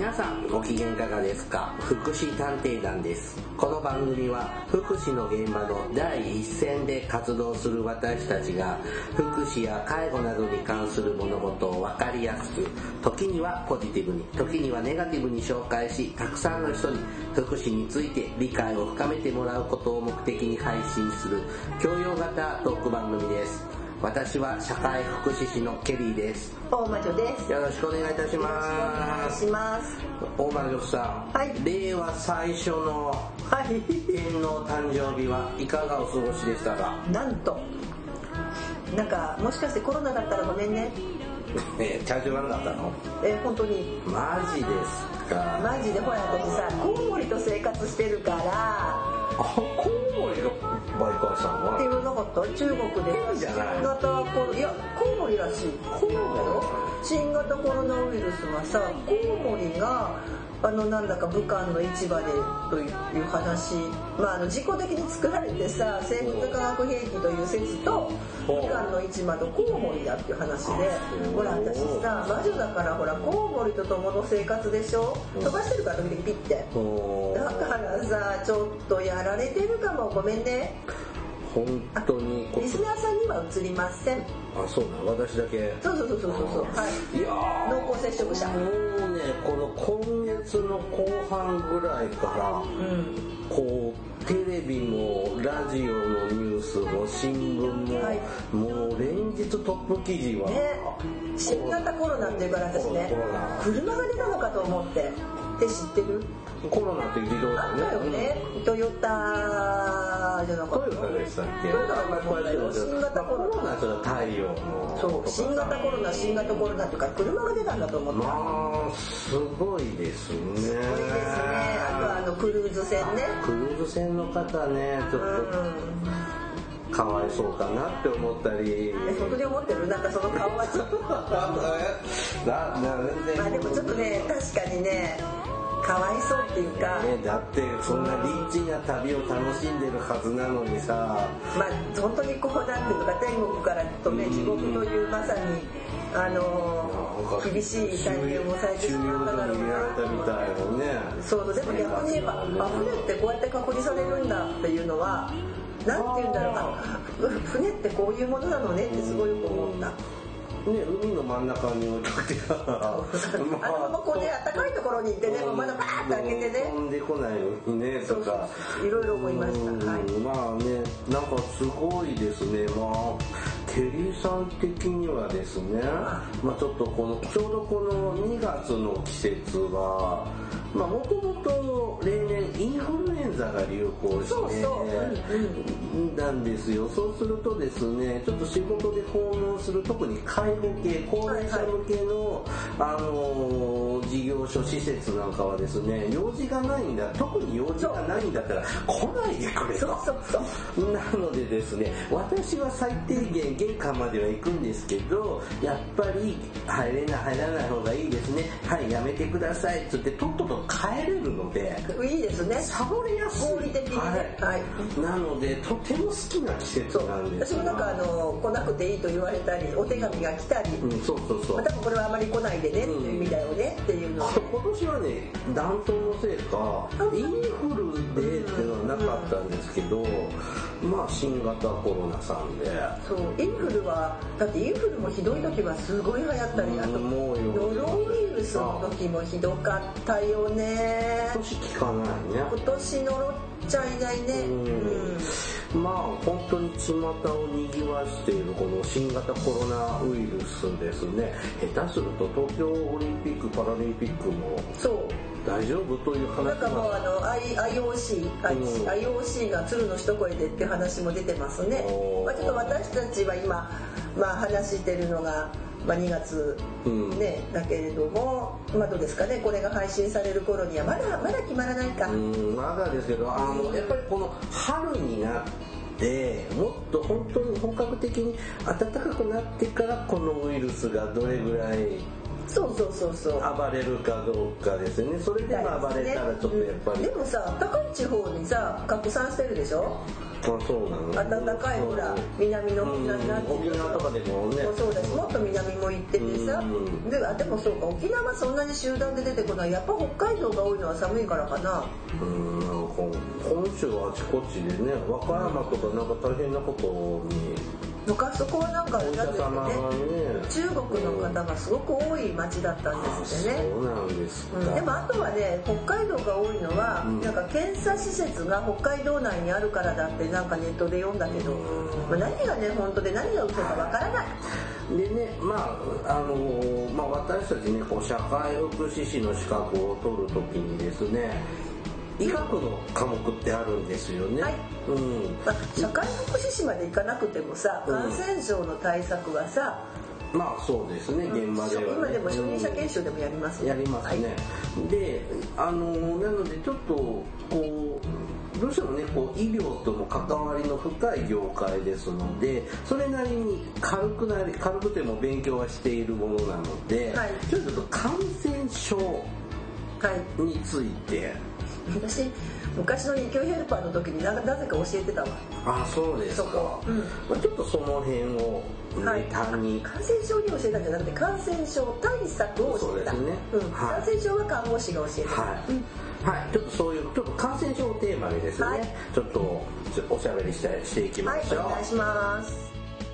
皆さんご機嫌いかがですか？福祉探偵団です。この番組は福祉の現場の第一線で活動する私たちが福祉や介護などに関する物事を分かりやすく、時にはポジティブに、時にはネガティブに紹介し、たくさんの人に福祉について理解を深めてもらうことを目的に配信する教養型トーク番組です。私は社会福祉士のケリーです。 大魔女です。 よろしくお願いいたします。大魔女さん、はい、令和最初の天皇誕生日はいかがお過ごしでしたか？ なんともしかしてコロナだったらごめんね。 チャージ悪かったの？ 本当にマジですか？ マジで。ほら私さ、コウモリと生活してるから。 コウモリのバイカーさんはって言わなかった？中国で新型コロナ、いやコウモリらしい。コウモリだよ。新型コロナウイルスはさ、コウモリがなんだか武漢の市場でという話、自己的に作られてさ、生物化学兵器という説と武漢の市場とコウモリだっていう話で、ほら私さ、魔女だからほらコウモリと共の生活でしょ。飛ばしてるから時々ピッて。だからさ、ちょっとやられてるかも。ごめんね。 本当にリスナーさんには移りません。 そうなの？私だけ。 そう、はい。 いや濃厚接触者。 もうね、この今月の後半ぐらいから、こうテレビもラジオのニュースも新聞も、はい、もう連日トップ記事は、 新型コロナっていうから私ね、車が出たのかと思って。って知ってる？ コロナって自動車ね。 あったよね。トヨタじゃなかった？ トヨタでしたっけ？ トヨタが思ったよ。新型コロナ。 太陽の。 そう、新型コロナとか車が出たんだと思った。 すごいですね。 すごいですね。あとクルーズ船ね。 クルーズ船の方ね、ちょっと。かわいそうかなって思ったり。 本当に思ってる？その顔はちょっとでもちょっとね、確かにね、かわいそうっていうか、 だってそんなリッチな旅を楽しんでるはずなのにさ、 本当にこうなんていうのか、天国からとね、地獄というまさに厳しい体験をされてしまっただろうな。そう、でも逆に言えば、船ってこうやって隔離されるんだっていうのは、なんて言うんだろうな、船ってこういうものなのねってすごいよく思った。 海の真ん中に置いといてこうね、暖かいところに行ってね、まだバーッと開けてね、 飛んでこないのにねとか、 いろいろ思いました。 すごいですね。ケリーさん的にはですね、ちょっとちょうどこの2月の季節はもともと例年インフルエンザが流行してなんですよ。そうするとですね、ちょっと仕事で訪問する特に介護系、高齢者向けの、事業所施設なんかはですね、用事がないんだ、特に用事がないんだったら来ないでくれと。なのでですね、私は最低限玄関までは行くんですけど、やっぱり入らない方がいいですね。はい、やめてくださいっつってとっとと帰れるので、 いいですね。 サボりやすい。 合理的にね。はい。 なのでとても好きな季節なんです。 私も来なくていいと言われたり、お手紙が来たり、 そう。 多分これはあまり来ないでねっていう意味だよねっていうの。 今年はね、暖冬のせいかインフルでっていうのはなかったんですけど、新型コロナさんで。 そう、インフルはだってインフルもひどい時はすごい流行ったり、あとノロウイルスの時もひどかったよね。 今年聞かないね。 今年のろっちゃいないね。 本当に巷を賑わしているこの新型コロナウイルスですね。下手すると東京オリンピック・パラリンピックも大丈夫という話が。 もうIOC が鶴の一声でっていう話も出てますね。ちょっと私たちは今話してるのが2月ね、だけれども、どうですかね、これが配信される頃にはまだ決まらないか。 まだですけど、やっぱりこの春になってもっと本当に本格的に暖かくなってからこのウイルスがどれぐらいそう暴れるかどうかですね。それでも暴れたらちょっとやっぱり、 でもさ高い地方にさ拡散してるでしょ。 そうなの。 暖かいほら南の沖縄とかでもね。 そうだし、もっと南も行っててさ、でもそうか、沖縄はそんなに集団で出てこない。やっぱ北海道が多いのは寒いからかな。 なんか本州はあちこちでね、和歌山とかなんか大変なことに。 昔そこはなんかお医者様がね、 中国の方がすごく多い町だったんですってね。 そうなんですか。 でもあとはね、北海道が多いのは、なんか検査施設が北海道内にあるからだってなんかネットで読んだけど、何がね本当で何が嘘かわからない。 でね、私たちね、こう社会福祉士の資格を取るときにですね、医学の科目ってあるんですよね。はい。 社会福祉士まで行かなくてもさ、感染症の対策はさ、 そうですね、現場では、ね、 今でも初任者研修でもやりますね。 やりますね。はい、で、なのでちょっとこうどうしてもね、こう医療との関わりの深い業界ですので、それなりに軽くても勉強はしているものなので、はい、ちょっと感染症について。 私昔の2級ヘルパーの時になぜか教えてたわ。 あ、そうですか。ちょっとその辺をネタに、 感染症に教えたんじゃなくて感染症対策を教えた。そうですね。感染症は看護師が教えてた。はい、ちょっとそういうちょっと感染症をテーマにですね、ちょっとおしゃべりしていきましょう。 はい、お願いします。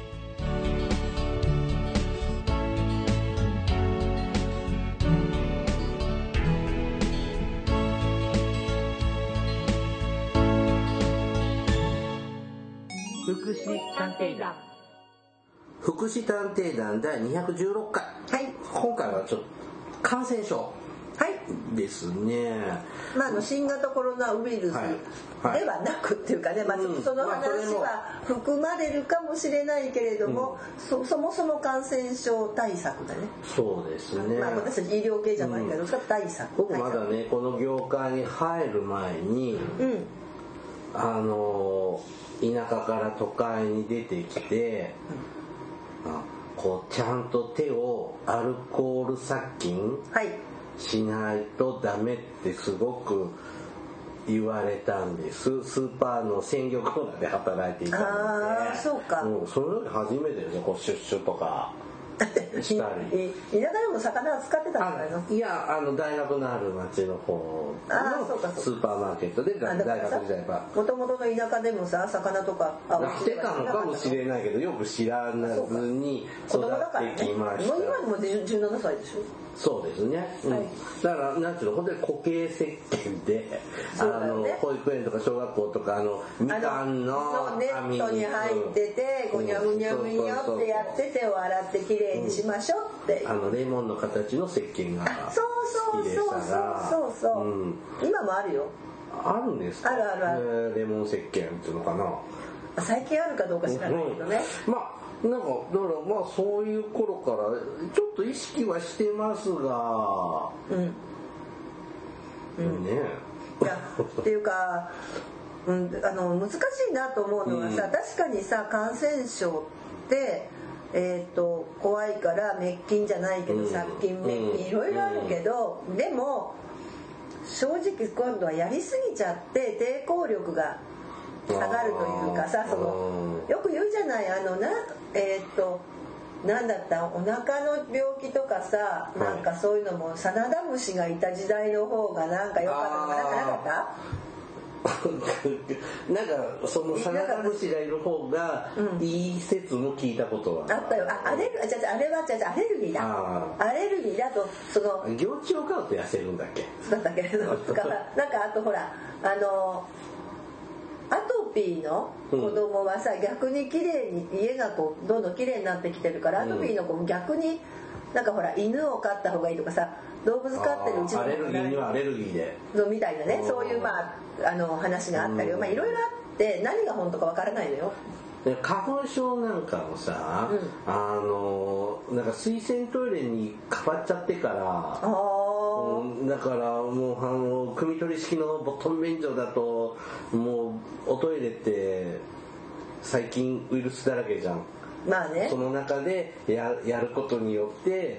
福祉探偵団。 福祉探偵団第216回。はい。今回はちょっと感染症。ですね。 新型コロナウイルスではなくっていうかね、その話は含まれるかもしれないけれども、そもそも感染症対策だね。 そうですね。 私たち医療系じゃないけど、対策。 僕まだね、この業界に入る前に、田舎から都会に出てきて、こうちゃんと手をアルコール殺菌しないとダメってすごく言われたんです。スーパーの鮮魚コーナーで働いていたので。 そうか。 その時初めてですね、こうシュッシュとかしたり。 田舎でも魚を使ってたんじゃないの？ いや、大学のある町の方のスーパーマーケットで大学時代は。 もともとの田舎でもさ、魚とかしてたのかもしれないけど、よく知らずに育ってきました。 もう今でも17歳でしょ？ そうですね。だからなんていうの、本当に固形石鹸で、保育園とか小学校とかみかんのネットに入ってて、ごにゃぐにゃぐにゃってやって手を洗ってきれいにしましょうって。 レモンの形の石鹸が好きでしたが。 そう。今もあるよ。 あるんですか？ ある。 レモン石鹸っていうのかな。 最近あるかどうか知らないけどね。 なんかだからそういう頃からちょっと意識はしてますが、ね。 いやっていうか、難しいなと思うのはさ、確かにさ、感染症って怖いから滅菌じゃないけど、殺菌滅菌いろいろあるけど、でも正直今度はやりすぎちゃって抵抗力が下がるというかさ、よく言うじゃない、なんだったお腹の病気とかさ、なんかそういうのもサナダムシがいた時代の方がなんか良かったのかなかったなんかそのサナダムシがいる方がいい説も聞いたことはあったよ。あれはアレルギーだ。アレルギーだと行地を飼うと痩せるんだっけ？ だったけれどなんかあとほらアトピーの子供はさ、逆に綺麗に家がこうどんどん綺麗になってきてるから、アトピーの子も逆になんかほら犬を飼った方がいいとかさ、動物飼ってるうちのアレルギーにはアレルギーでみたいなね、そういう話があったり、いろいろあって何が本当かわからないのよ。 花粉症なんかもさ、なんか水洗トイレに変わっちゃってから、だからもう汲み取り式のボトン便所だともうおトイレって細菌ウイルスだらけじゃん。 まあね。 その中でやることによって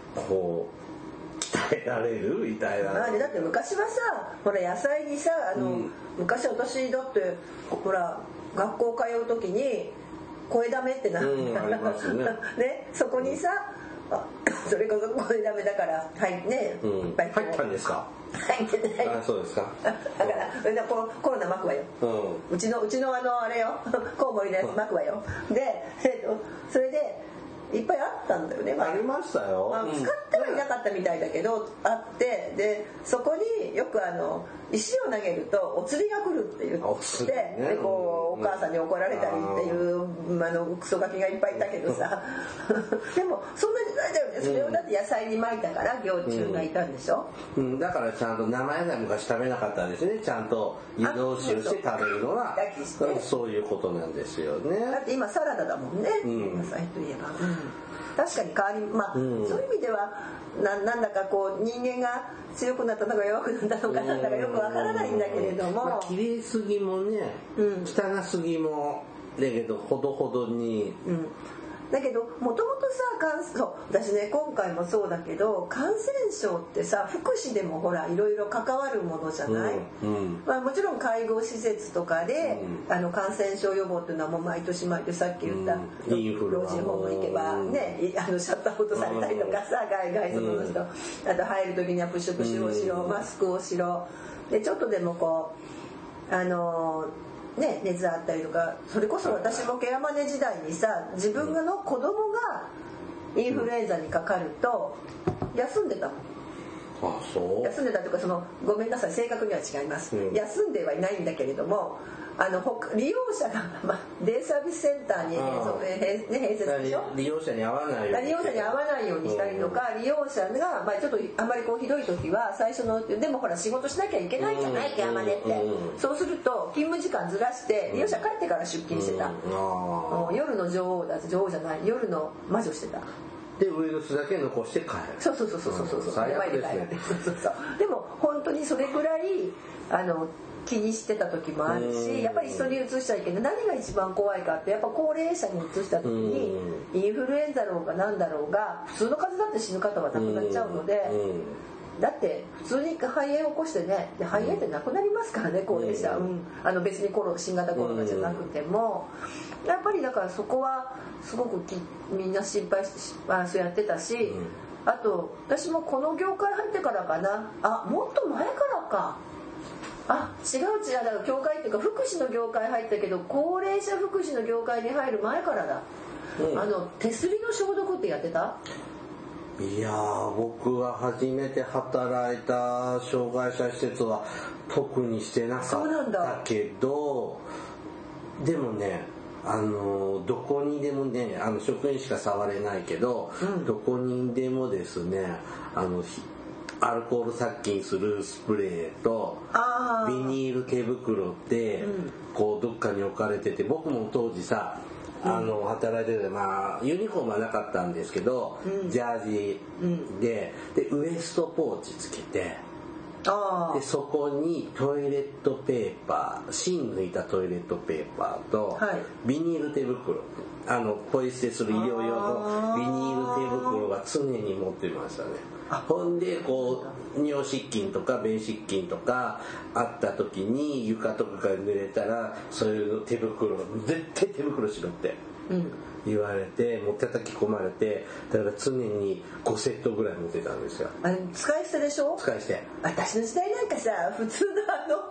こう鍛えられるみたいな。 だって昔はさほら野菜にさ昔私だってほら学校通う時に声だめってな、 ありますねね、そこにさそれこそ声だめだからいっぱい入ったんですか？ 入ってない。 あ、そうですか。 だからコロナ巻くわよ、うちのあれよコウモリのやつ巻くわよ。でそれでいっぱいあったんだよね。 ありましたよ。 使ってはいなかったみたいだけどあって、でそこによく石を投げるとお釣りが来るって言って、でこうお母さんに怒られたりっていうクソガキがいっぱいいたけどさでもそんな時代だよね。それをだって野菜に巻いたから幼虫がいたんでしょ、だからちゃんと生野菜昔食べなかったんですね。ちゃんと湯通しをして食べるのはそういうことなんですよね。 だって今サラダだもんね、野菜といえば、確かに代わりそういう意味ではなんだかこう人間が強くなったのか弱くなったのかなんだかよくわからないんだけれども、 綺麗すぎもね、汚すぎもだけどほどほどに、 だけどもともとさ私ね今回もそうだけど感染症ってさ福祉でもほらいろいろ関わるものじゃない、もちろん介護施設とかで、感染症予防っていうのはもう毎年毎年さっき言った、老人ホーム行けばねシャットアウトされたりとかさ、外国の人、あと入る時にはプシュプシュをしろ、マスクをしろでちょっとでもこう熱あったりとか、それこそ私もケアマネ時代にさ自分の子供がインフルエンザにかかると休んでたもん。 あ、そう。 休んでたというかごめんなさい正確には違います、休んではいないんだけれども利用者が、デイサービスセンターに併設でしょ。 利用者に合わないようにしたりとか、利用者が、ちょっとあんまりひどい時は最初のでもほら仕事しなきゃいけないじゃないケアマネって、そうすると勤務時間ずらして利用者帰ってから出勤してた、夜の女王じゃない夜の魔女してた。 でウイルスだけ残して帰る。 そう最悪ですね。 でも本当にそれぐらい気にしてた時もあるし、やっぱり人にうつしちゃいけない。何が一番怖いかってやっぱ高齢者にうつした時にインフルエンザだろうが何だろうが普通の風邪だって死ぬ方はなくなっちゃうので、だって普通に肺炎を起こしてね、肺炎ってなくなりますからね高齢者、別に新型コロナじゃなくてもやっぱりだからそこはすごくみんな心配してそうやってたし、あと私もこの業界入ってからかな、もっと前からか、違うだから業界っていうか福祉の業界入ったけど高齢者福祉の業界に入る前からだ、手すりの消毒ってやってた？ いやー、僕は初めて働いた障害者施設は特にしてなかったけど、でもねどこにでもね職員しか触れないけど、どこにでもですねアルコール殺菌するスプレーとビニール手袋ってこうどっかに置かれてて、僕も当時さ働いててユニフォームはなかったんですけど、ジャージでウエストポーチつけて、でそこにトイレットペーパー、芯抜いたトイレットペーパーとビニール手袋、ポイ捨てする医療用のビニール手袋は常に持ってましたね。ほんでこう尿失禁とか便失禁とかあった時に床とかが濡れたらそういう手袋絶対手袋しろって言われて、もう叩き込まれて、だから常に5セットぐらい持ってたんですよ。 使い捨てでしょ？使い捨て。私の時代なんかさ普通の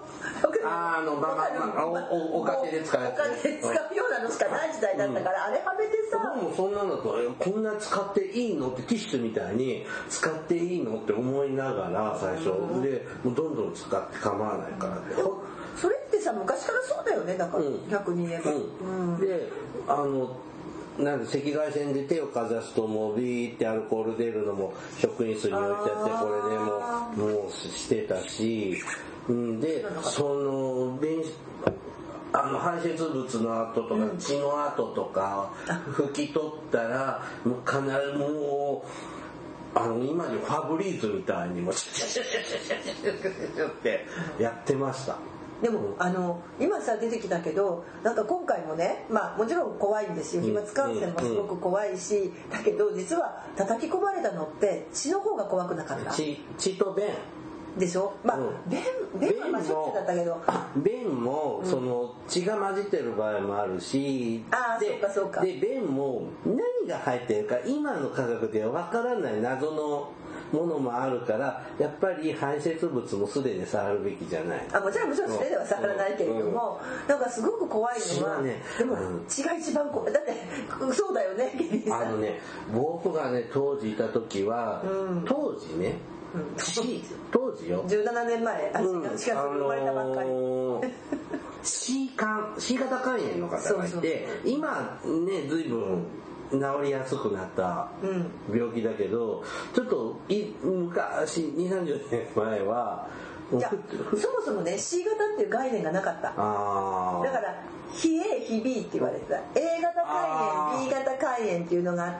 お金で使うようなのしかない時代だったから、あれはめてさ、 もうそんなのとこんな使っていいのってティッシュみたいに使っていいのって思いながら最初でもうどんどん使って構わないからって。 それってさ昔からそうだよね、だから逆に言えば。 でなんで赤外線で手をかざすともうビーってアルコール出るのも職員室に置いてあって、これでもうしてたし、で排泄物の跡とか血の跡とか拭き取ったらもう必ずもう今でファブリーズみたいにもシュシュシュシュシュシュってやってました。 でも今さ出てきたけどなんか今回もね、まあもちろん怖いんですよ。飛沫感染もすごく怖いし、だけど実は叩き込まれたのって血の方が怖くなかった。 血と便でしょ。まあ便はまあしょっちゅうだったけど、 便もその血が混じってる場合もあるし、 そうかで便も何が入ってるか今の科学ではわからない謎のものもあるから、やっぱり排泄物も素手で触るべきじゃない。 もちろん素手では触らないけれども、なんかすごく怖いのは、 ね、 でも血が一番怖い。だってそうだよね、ケリーさん。 僕がね当時いた時は、当時ね、当時よ、 17年前、4月生まれたばっかり。 C 型肝炎の方がいて、今ね随分治りやすくなった病気だけど、ちょっと昔20-30年前はそもそもね C 型っていう概念がなかった。だから非 A 非 B って言われてた。 A 型肝炎 B 型肝炎っていうのがあって、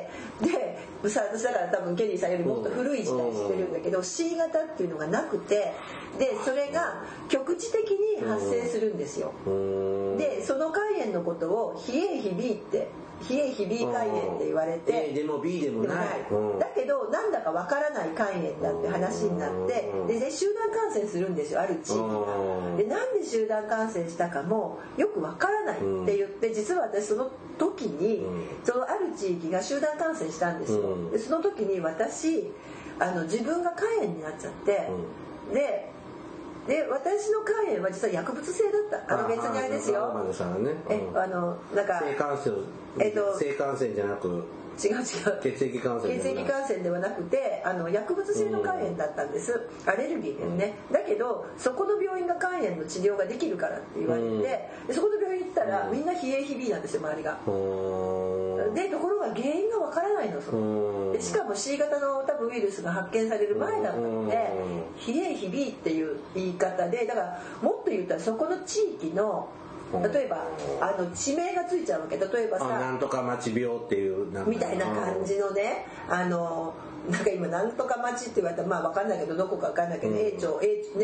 で私だから多分ケリーさんよりもっと古い時代知ってるんだけど、 C 型っていうのがなくて、でそれが局地的に発生するんですよ。でその肝炎のことを非 A 非 B って非 A 非 B 肝炎って言われて、 A でも B でもない、 だけどなんだかわからない肝炎だって話になって、で集団感染するんですよ、ある地域が。でなんで集団感染したかもよくわからないって言って、実は私その時にそのある地域が集団感染したんですよ。でその時に私自分が肝炎になっちゃって、で私の肝炎は実は薬物性だった。別にあれですよ、なんか性感染じゃなく、 違う血液感染ではなくて薬物性の肝炎だったんです。アレルギーですね。だけどそこの病院が肝炎の治療ができるからって言われて、でそこの病院行ったらみんな非 A 非 B なんですよ、周りが。でところが原因がわからないの。でしかも C 型の多分ウイルスが発見される前だったので、非 A 非 B っていう言い方で、だからもっと言ったらそこの地域の例えば地名がついちゃうわけ。例えばさ、 なんとか町病っていうみたいな感じのね、なんか今なんとか町って言われたらまあ分かんないけどどこか分かんないけど、A 町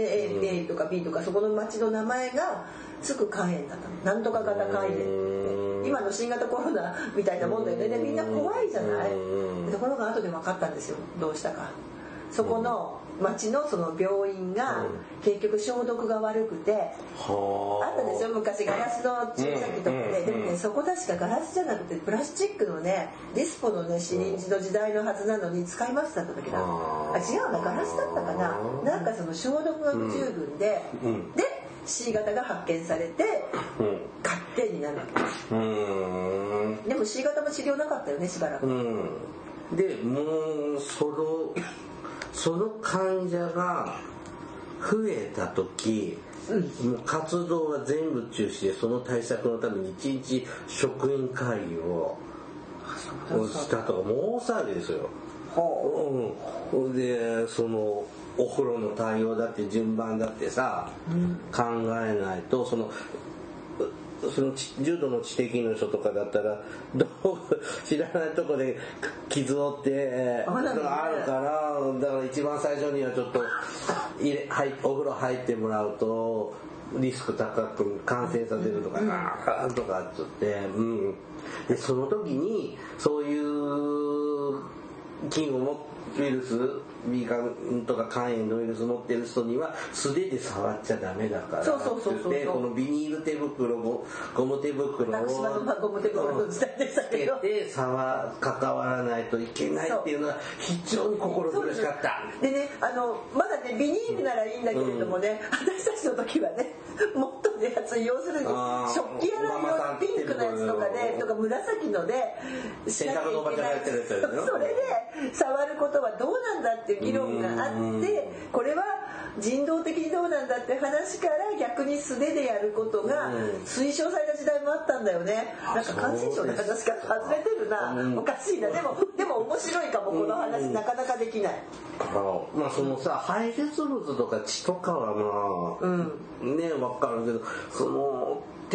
A とか B とかそこの町の名前がつく肝炎だったの。なんとか型肝炎って今の新型コロナみたいなもんだよね。でみんな怖いじゃない。ところが後で分かったんですよ、どうしたか。そこの町のその病院が結局消毒が悪くて、あったでしょ昔ガラスの注射器とかで。でもねそこ確かガラスじゃなくてプラスチックのねディスポのねシリンジの時代のはずなのに使いますだった時だ。違うな、ガラスだったかな。なんかその消毒が不十分で、で C 型が発見されて勝手になるわけ。でも C 型も治療なかったよねしばらく。 でもうその患者が増えた時、もう活動は全部中止で、その対策のために一日職員会議をしたとか、もう大騒ぎですよ。でそのお風呂の対応だって順番だってさ、考えないと、その重度の知的の人とかだったら知らないとこで傷を負ってあるから、だから一番最初にはちょっとお風呂入ってもらうとリスク高く感染させるとか、とかっつって、でその時にそういう菌を持ってウイルス B 肝とか肝炎のウイルス持ってる人には素手で触っちゃダメだからって言って、このビニール手袋をゴム手袋をつけて関わらないといけないっていうのは非常に心苦しかった。 でねまだねビニールならいいんだけれどもね、私たちの時はねもっとね要するに食器洗い用ピンクのやつとかでとか紫のでしなきゃいけない。それで触ることはどうなんだっていう議論があって、これは人道的にどうなんだって話から逆に素手でやることが推奨された時代もあったんだよね。なんか感染症の話から外れてるな、おかしいな。でも面白いかも、この話なかなかできない。 まあそのさ排泄物とか血とかはまあ、ね分かるけど、そのって思う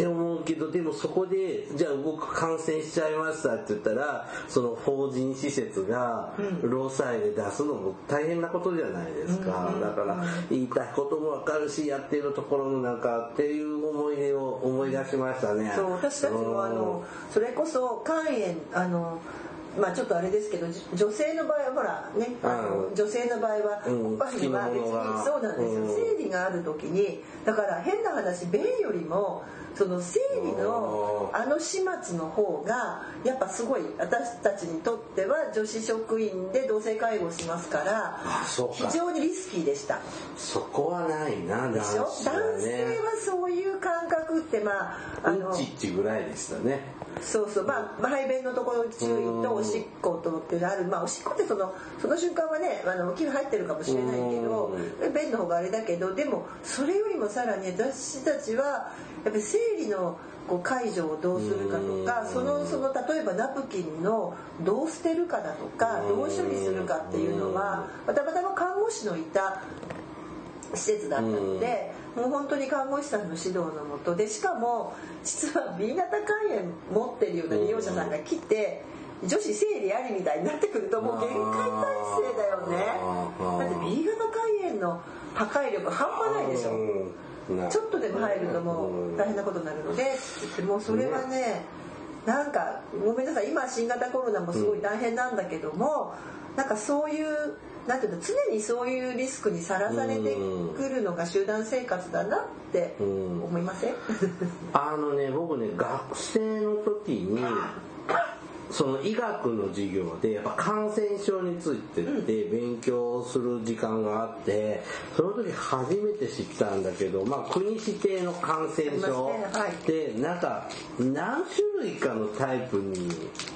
けど、でもそこでじゃあ僕感染しちゃいましたって言ったら、その法人施設が労災で出すのも大変なことじゃないですか。だから言いたいこともわかるし、やってるところのなんかっていう思い出を思い出しましたね。 そう、私たちもそれこそ肝炎まあちょっとあれですけど、女性の場合はほらね、女性の場合はおっぱいは別にそうなんですよ、生理がある時に、だから変な話、便よりもその生理の始末の方がやっぱすごい私たちにとっては女子職員で同性介護しますから非常にリスキーでした。 そこはないな、 でしょ。男性はそういう感覚ってうんちっちぐらいでしたね。 そうそう、まあ排便のところ注意とおしっことってある。まあおしっこってその瞬間はね、気が入ってるかもしれないけど、便の方があれだけど、でもそれよりもさらに私たちはやっぱり生理の介助をどうするかとか、その例えばナプキンのどう捨てるかだとか、どう処理するかっていうのはたまたま看護師のいた施設だったので、もう本当に看護師さんの指導のもとで、しかも実は B 型肝炎持ってるような利用者さんが来て、女子生理ありみたいになってくるともう限界体制だよね。だって B 型肝炎の破壊力半端ないでしょ。ちょっとでも入るともう大変なことになるのでって言って、もうそれはね、なんかごめんなさい、今新型コロナもすごい大変なんだけども、なんかそういうなんていうの、常にそういうリスクにさらされてくるのが集団生活だなって思いません？ 僕ね、学生の時にその医学の授業でやっぱ感染症についてって勉強する時間があって、その時初めて知ったんだけど、国指定の感染症でなんか何種類かのタイプに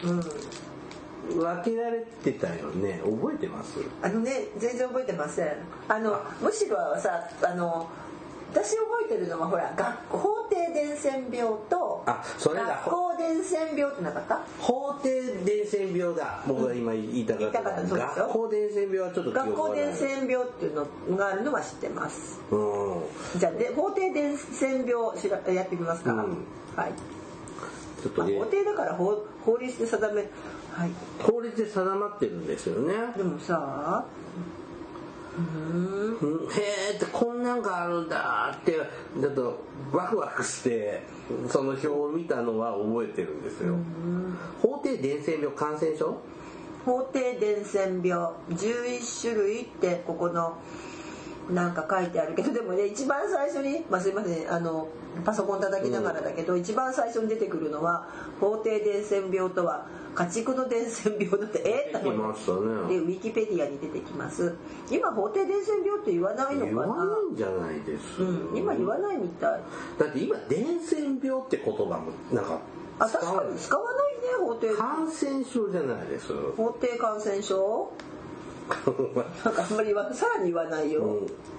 分けられてたよね。覚えてます？ 全然覚えてません。むしろさ、私覚えてるのはほら、法定伝染病と学校伝染病ってなかった？ 法定伝染病だ。僕が今言いたかった。学校伝染病はちょっと記憶がない。 学校伝染病っていうのがあるのは知ってます。じゃあ法定伝染病やってみますか？はい。ちょっと法定だから法律で定め、はい。 法律で定まってるんですよね。 でもさ、 へーってこんなんがあるんだってちょっとワクワクしてその表を見たのは覚えてるんですよ。法定伝染病感染症？ 法定伝染病11種類ってここのなんか書いてあるけど、でもね、一番最初に、すいません、パソコン叩きながらだけど、一番最初に出てくるのは法定伝染病とは家畜の伝染病だって、 出てきましたね。 でウィキペディアに出てきます。今法定伝染病って言わないのかな？ 言わないんじゃないです、 今言わないみたい。 だって今伝染病って言葉もなんか確かに使わないね。法定感染症じゃないです。 法定感染症なんかあんまりさらに言わないよ。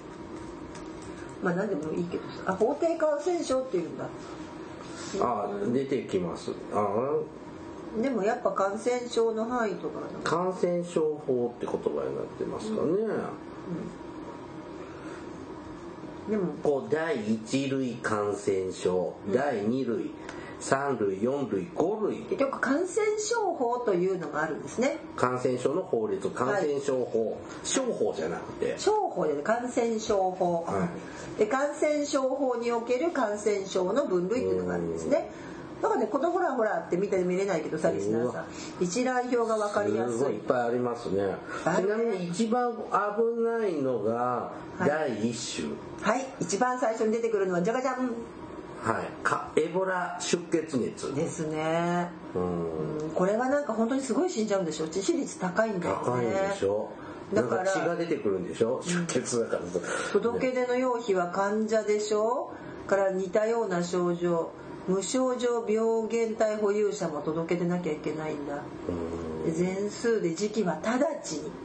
何でもいいけどさ、法定感染症っていうんだ。 出てきます。 でもやっぱ感染症の範囲とか感染症法って言葉になってますかね。でも第1類感染症、第2類、3類、4類、5類、 結局感染症法というのがあるんですね。 感染症の法律、感染症法、症法じゃなくて症法で感染症法、で感染症法における感染症の分類っていうのがあるんですね。だからね、このほらほらって見れないけどさ、リスナーさん、一覧表が分かりやすい。 すごいいっぱいありますね。ちなみに一番危ないのが第1種。 一番最初に出てくるのはじゃがじゃん。 エボラ出血熱ですね。これはなんか本当にすごい死んじゃうんでしょ。致死率高いんだよね。 高いんでしょ。だから血が出てくるんでしょ。出血だから。 届け出の要否は患者でしょ。から似たような症状、無症状病原体保有者も届け出なきゃいけないんだ。全数で時期は直ちに。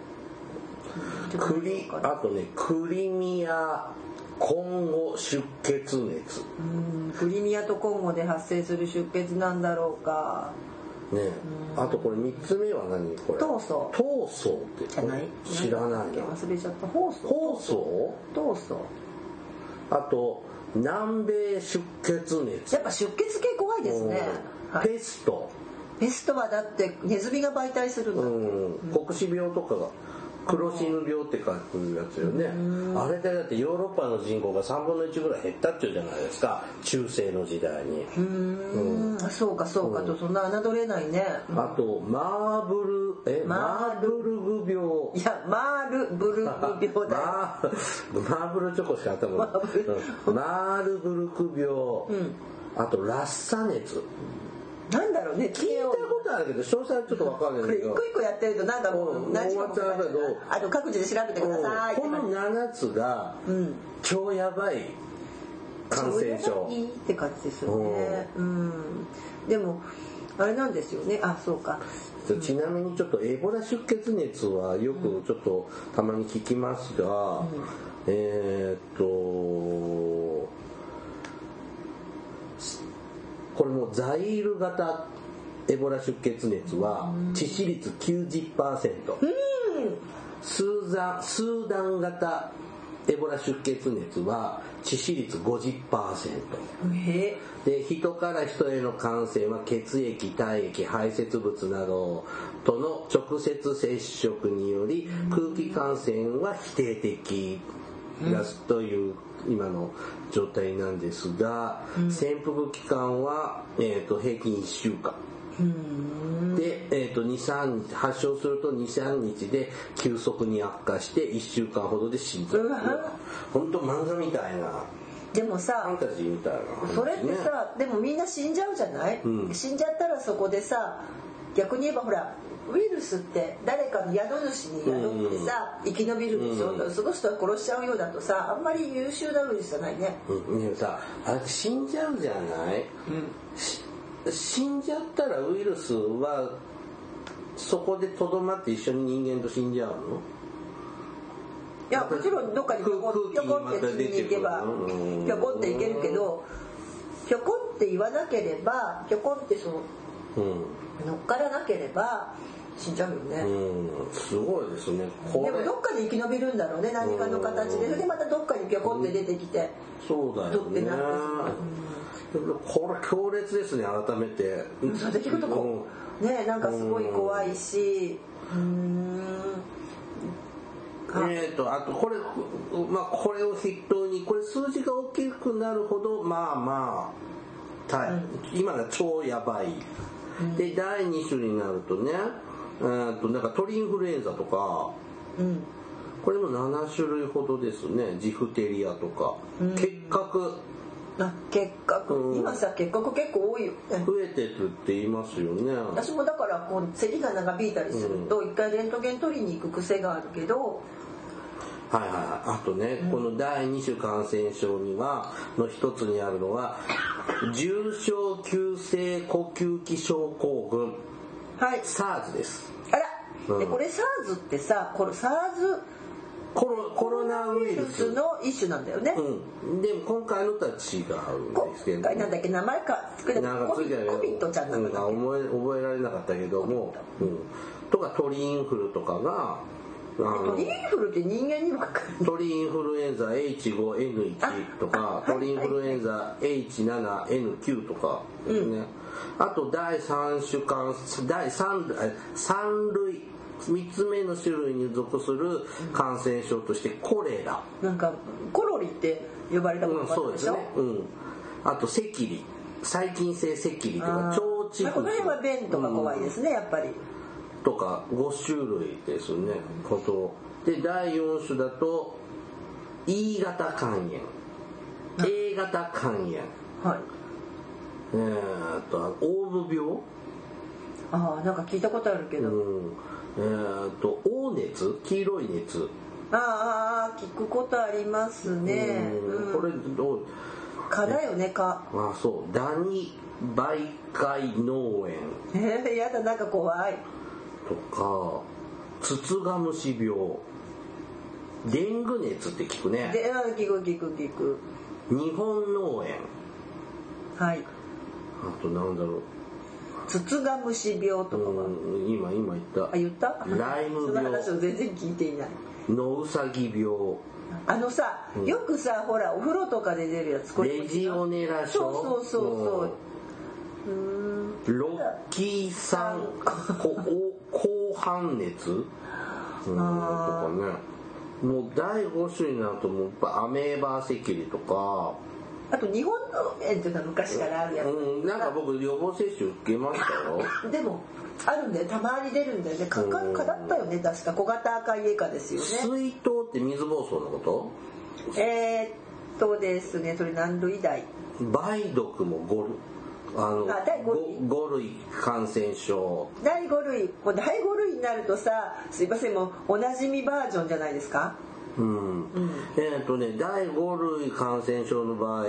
あとね、クリミアコンゴ出血熱。 クリミアとコンゴで発生する出血なんだろうか。 ね、あとこれ3つ目は何これ？ 闘争。 闘争ってじゃない？ 知らないな。 忘れちゃった。闘争。 闘争？ 闘争。 あと南米出血熱。 やっぱ出血系怖いですね。 ペスト。 ペストはだってネズミが媒体するんだ。 黒死病とかが黒死ぬ病って書くやつよね。あれでだってヨーロッパの人口が3分の1ぐらい減ったっていうじゃないですか、中世の時代に。 そうかそうかと、そんな侮れないね。 あとマーブルグ病。 いやマールブルグ病だよ。 マーブルチョコしか頭がマールブルク病、あとラッサ熱。 なんだろうね、 聞いたことあるけど詳細はちょっと分かんないけど、 これ一個一個やってるとなんかもう何時間もかかるけど、あと各自で調べてください。 この7つが超やばい感染症って感じですよね。でもあれなんですよね。あ、そうか。 ちなみにちょっとエボラ出血熱はよくちょっとたまに聞きますが、これもザイール型エボラ出血熱は致死率 90%、スーダン型エボラ出血熱は致死率 50%、で人から人への感染は血液、体液、排泄物などとの直接接触により空気感染は否定的という今の状態なんですが、潜伏期間は、平均1週間で、2-3日発症すると 2-3 日で急速に悪化して1週間ほどで死んじゃう。本当漫画みたいな。 でもさ、 ファンタジーみたいな、 それってさ、でもみんな死んじゃうじゃない、死んじゃったらそこでさ、逆に言えばほらウイルスって誰かの宿主に宿ってさ、生き延びるでしょ、その人は殺しちゃうようだとさ、あんまり優秀なウイルスじゃないね。 でもさ、あれ死んじゃうじゃない、死んじゃったらウイルスはそこでとどまって一緒に人間と死んじゃうの？ いや、もちろんどっかにぴょこって死に行けばぴょこっていけるけど、ぴょこって言わなければ、ぴょこってその、乗っからなければ死んじゃうよね。 すごいですね。 でもどっかで生き延びるんだろうね、何かの形で。それでまたどっかにぴょこって出てきて、 そうだよね。これ強烈ですね、改めて。 そうできるとこね、なんかすごい怖いし、 あとこれ、これを筆頭に、これ数字が大きくなるほど今が超やばい。で第2種になるとね、なんか鳥インフルエンザとか、これも7種類ほどですね。ジフテリアとか、結核。今さ結核結構多いよね。増えてるって言いますよね。 私もだからこう咳が長引いたりすると一回レントゲン取りに行く癖があるけど、 あとね、この第2種感染症にはの一つにあるのは重症急性呼吸器症候群、SARS です。 あら、でこれ SARS ってさ、これ SARS コロナウイルスの一種なんだよね。 でも今回のとは違うんですけど、 今回なんだっけ、名前かなんかついてないコビットちゃんなんだっけ、 覚えられなかったけども、とか鳥インフルとかが、 鳥インフルって人間にもかかる。 鳥インフルエンザ H5N1 とか、鳥インフルエンザ H7N9 とかですね。あと第3類3つ目の種類に属する感染症としてコレラ、 なんかコロリって呼ばれたことがあるでしょ。 あと赤痢、細菌性赤痢とか腸チフス、 この辺は便とか怖いですね、やっぱり。 とか5種類ですね。で第4種だと E 型肝炎、A 型肝炎、あとはオウム病、 なんか聞いたことあるけど、 黄熱、黄色い熱、 聞くことありますね。 これどう？ 蚊だよね、蚊。 そう、ダニ媒介脳炎。 やだ、なんか怖い。 とか、ツツガムシ病、デング熱って聞くね。 聞く。 日本脳炎。あとなんだろう。 ツツガムシ病とかは。 今言った。 言った？ ライム病。 その話を全然聞いていない。 ノウサギ病。 さ、よくさほらお風呂とかで出るやつ、これレジオネラ症、 そうロッキー酸高反熱とかね、もう第5種になるともうアメーバー赤痢とか、 あと日本の炎というのは昔からあるやつ、 なんか僕予防接種受けましたよでもあるんだよ、たまに出るんだよね。蚊だったよね、確か小型赤いエカですよね。 水痘って水疱瘡のこと？ ですね、それ何類だい？ 梅毒も第 5類感染症。 第5類になるとさ、すいません、もうおなじみバージョンじゃないですか。 第5類感染症の場合、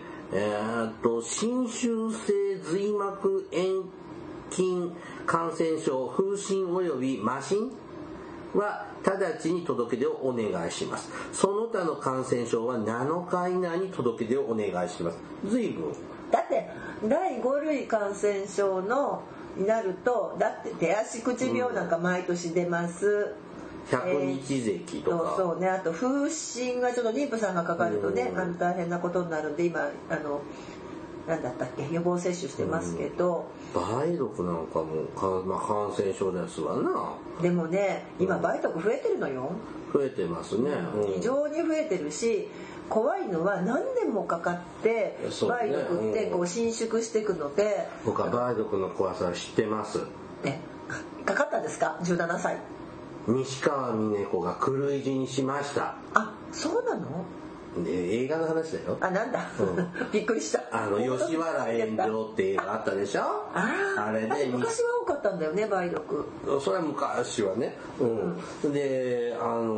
侵襲性髄膜炎菌感染症、風疹及び麻疹は直ちに届け出をお願いします。その他の感染症は7日以内に届け出をお願いします。随分だって第5類感染症になると、だって手足口病なんか毎年出ます、 100日咳とか、 そうね、あと風疹がちょっと妊婦さんがかかるとね、大変なことになるんで、今何だったっけ、予防接種してますけど、 梅毒なんかも感染症ですわな。 でもね、今梅毒増えてるのよ。 増えてますね、 非常に増えてるし、怖いのは何年もかかって梅毒ってこう伸縮していくので、 僕は梅毒の怖さは知ってます。 かかったんですか？17歳。 西川峰子が狂い死にしました。 あ、そうなの？ 映画の話だよ。 なんだ、びっくりした。 吉原炎上って映画あったでしょ。あれで昔は多かったんだよね、梅毒。 それは昔はね、で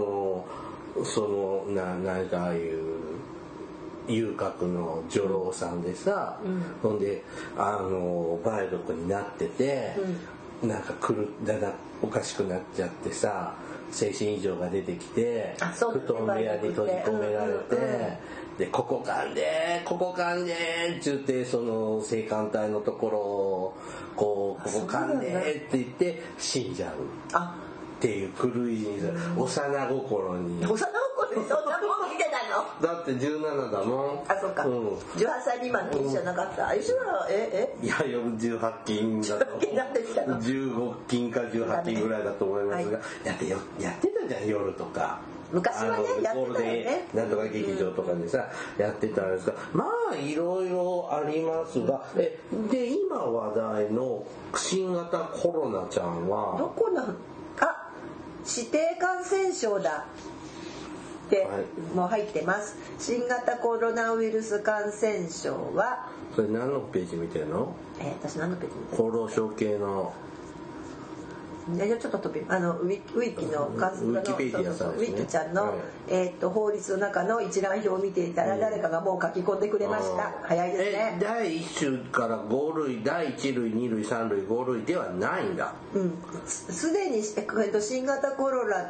何かああいう遊郭の女郎さんでさ、ほんで梅毒になってて、なんかおかしくなっちゃってさ、精神異常が出てきて、布団部屋に閉じ込められて、でここかんでって言って、その性感帯のところをここかんでって言って死んじゃうっていう狂い死にする、幼心にそんなもん見てたの？ だって17だもん。 そうか、18歳未満の禁止じゃなかった。一緒はいや18禁だと15禁か18禁ぐらいだと思いますが、やってたじゃん、夜とか昔はね、やってたよね。 なんとか劇場とかでさ、やってたんですが、まあいろいろありますが、で今話題の新型コロナちゃんはどこなの？指定感染症だってもう入ってます。新型コロナウイルス感染症は、 それ何のページ見てるの？ 私何のページ見てる？ 厚労省系のちょっと飛びウィキのウィキちゃんの、法律の中の一覧表を見ていたら、誰かがもう書き込んでくれました。早いですね。 第1種から5類、第1類、2類、3類、5類ではないんだ。 すでに新型コロナ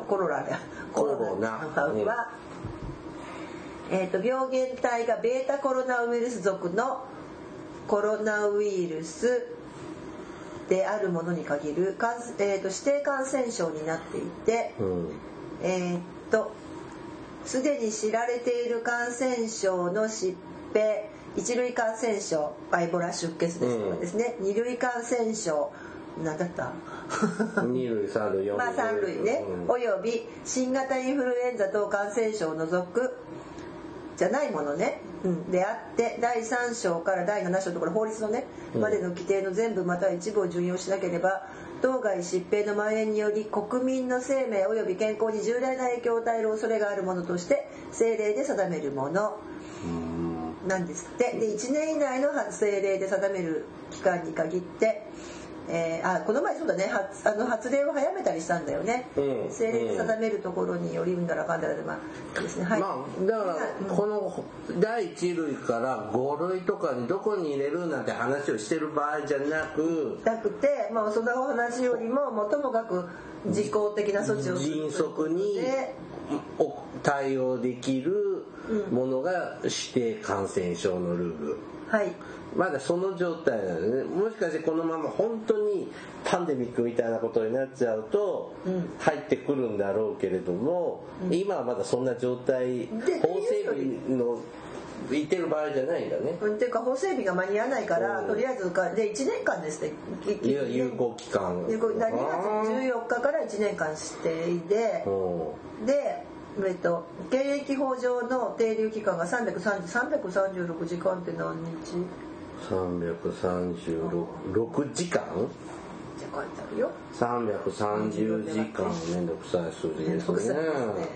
は、病原体がベータコロナウイルス属のコロナウイルスであるものに限る指定感染症になっていて、すでに知られている感染症の疾病、1類感染症エボラ出血ですとかですね、2類感染症何だった 2類3類4類、 3類ね、および新型インフルエンザ等感染症を除くじゃないものね、であって、第3章から第7章のところ、法律のねまでの規定の全部または一部を準用しなければ、当該疾病の蔓延により国民の生命及び健康に重大な影響を与える恐れがあるものとして政令で定めるものなんですって。で、1年以内の政令で定める期間に限って、この前そうだね、発令を早めたりしたんだよね、政令で定めるところによりうんだらかんだらで、ですね、だからこの第1類から5類とかにどこに入れるなんて話をしてる場合じゃなくて、そのお話よりもともかく自公的な措置をする迅速に対応できるものが指定感染症のルール。 はい、 まだその状態なのね。もしかしてこのまま本当にパンデミックみたいなことになっちゃうと入ってくるんだろうけれども、今はまだそんな状態、法整備の言ってる場合じゃないんだね。 っていうか法整備が間に合わないから、とりあえずで1年間ですね。 有効期間。 2月14日から1年間指定で、検疫法上の停留期間が336時間って何日 ？336時間？ じゃ書いてあるよ。 330時間めんどくさい数字ですね。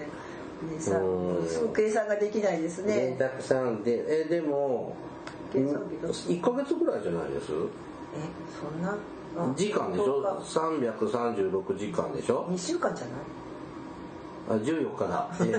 計算ができないですね。 電卓さんででも1ヶ月ぐらいじゃないです？ そんな時間でしょ？336時間でしょ？ 2週間じゃない ？14日だ。ごめん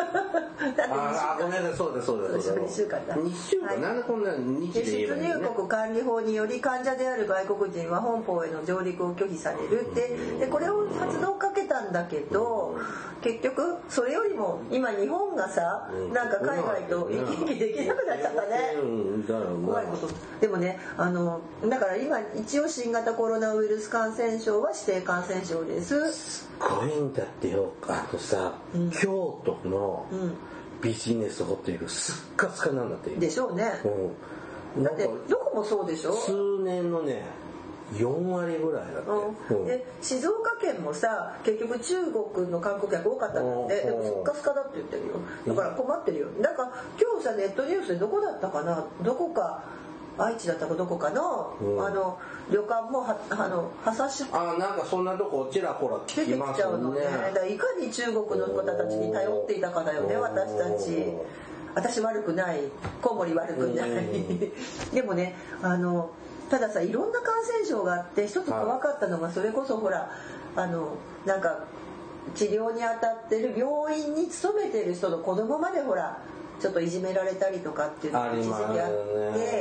なさい、そうだ。 2週間だ。 2週間、なんでこんな日で言えばいいのね。 出入国管理法により患者である外国人は本邦への上陸を拒否されるでこれを発動かけたんだけど、結局それよりも今日本がさ、なんか海外と行き来できなくなっちゃったね。怖いこと。でもね、だから今一応新型コロナウイルス感染症は指定感染症です。 すごいんだってよ。京都のビジネスホテルすっかすかなんだって。 でしょうね。だってどこもそうでしょ。 数年のね4割ぐらいだって。 で静岡県もさ、結局中国の観光客多かったんで、でもすっかすかだって言ってるよ。だから困ってるよ。だから今日さネットニュースでどこだったかな、どこか愛知だったかどこかの、旅館も破産しなんかそんなとこちらほら聞きますよね。 だからいかに中国の方たちに頼っていたかだよね、私たち。私悪くない、コウモリ悪くない。でもね、たださ、いろんな感染症があって一つ怖かったのが、それこそほらなんか治療に当たってる病院に勤めてる人の子供までほらちょっといじめられたりとかっていうのが一時期あって、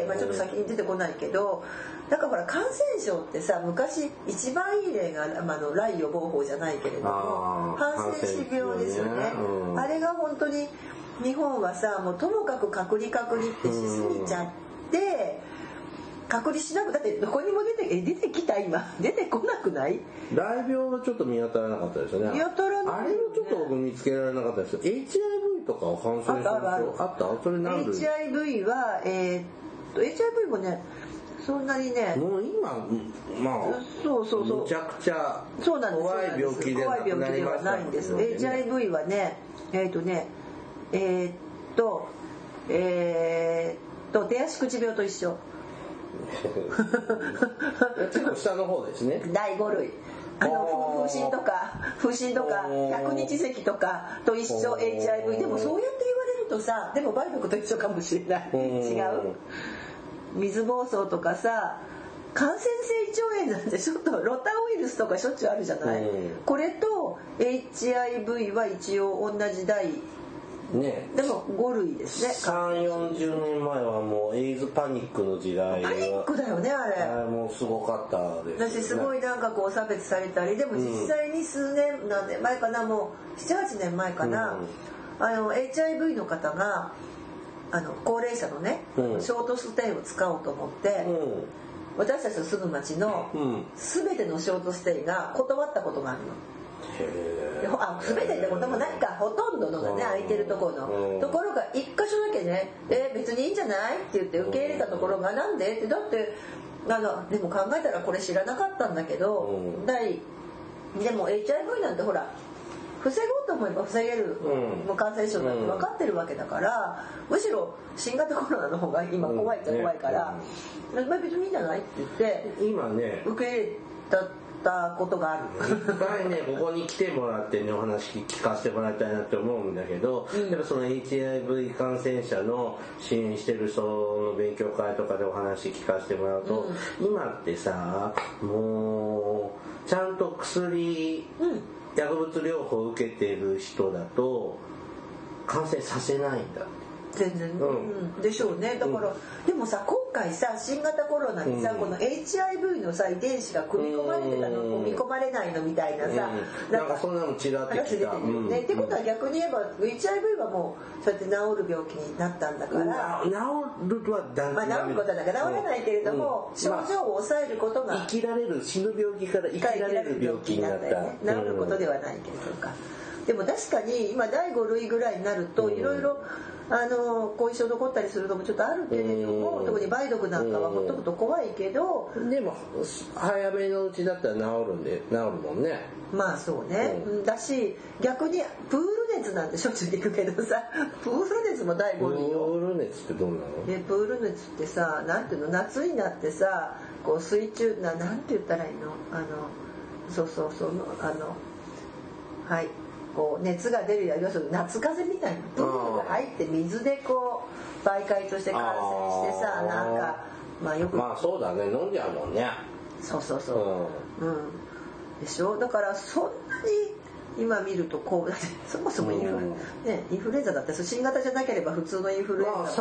ちょっと先に出てこないけど、だからほら感染症ってさ、昔一番いい例が来予防法じゃないけれどもハンセン氏病ですよね。あれが本当に日本はさ、もうともかく隔離ってしすぎちゃって、隔離しなく、だってどこにも出てきた、今出てこなくない？ 大病はちょっと見当たらなかったですよね。 見当たらない、 あれもちょっと僕見つけられなかったですよ。 HIV とかは感染症あった？それなんで HIV はHIV もねそんなにね、 もう今そうむちゃくちゃ怖い病気ではないんです。 HIV はね手足口病と一緒。 結構下の方ですね。 第5類。風疹とか百日咳とかと一緒。 HIV でもそうやって言われるとさ、でも梅毒と一緒かもしれない。違う？水疱瘡とかさ、感染性胃腸炎なんてちょっとロタウイルスとかしょっちゅうあるじゃない。これと HIV は一応同じ第ね、 でも5類ですね。 30-40年前はもうエイズパニックの時代はパニックだよね、あれ。 もうすごかったですね。 私すごいなんかこう差別されたり、でも実際に何年前かな、もう 7,8 年前かな、HIV の方が高齢者のね、ショートステイを使おうと思って、私たちの住む町の全てのショートステイが断ったことがあるの。全てってこともないか、ほとんどのがね空いてるところのところが1箇所だけね、別にいいんじゃないって言って受け入れたところが、なんでって、だってでも考えたらこれ知らなかったんだけど、でも HIV なんてほら防ごうと思えば防げる、感染症だって分かってるわけだから、むしろ新型コロナの方が今怖いっちゃ怖いから、別にいいんじゃないって言って今ね受け入れたことがある。 いっぱいねここに来てもらってねお話聞かせてもらいたいなって思うんだけど、やっぱその HIV 感染者の支援してる人の勉強会とかでお話聞かせてもらうと、今ってさ、もうちゃんと薬、薬物療法を受けてる人だと感染させないんだ。 全然、でしょうね。だから、でもさ、コ回さ新型コロナにさ、この HIV のさ遺伝子が組み込まれてたの組み込まれないのみたいなさ、 なんかそんなのちらってきた。 ってことは逆に言えば HIV はもうそうやって治る病気になったんだから、 治るとは治ることだから治らないけれども、症状を抑えることが生きられる、死ぬ病気から生きられる病気になった。 治ることではないけれどか。でも確かに今第5類ぐらいになるといろいろ後遺症残ったりするのもちょっとあるけれども、特に梅毒なんかはほっとくと怖いけど、 でも早めのうちだったら治るもんね。 まあそうね、だし逆にプール熱なんてしょっちゅう行くけどさ、プール熱も第5類よ。 プール熱ってどうなの？ プール熱ってさ、なんていうの、夏になってさ、こう水中なんて言ったらいいの、そうはいこう熱が出るや要するに夏風邪みたいなプールが入って水でこう媒介として感染してさ、なんかまあよくそうだね、飲んじゃうもんね。 そう、でしょ。だからそんなに今見るとこうそもそもインフルエンザだって新型じゃなければ普通のインフルエンザ、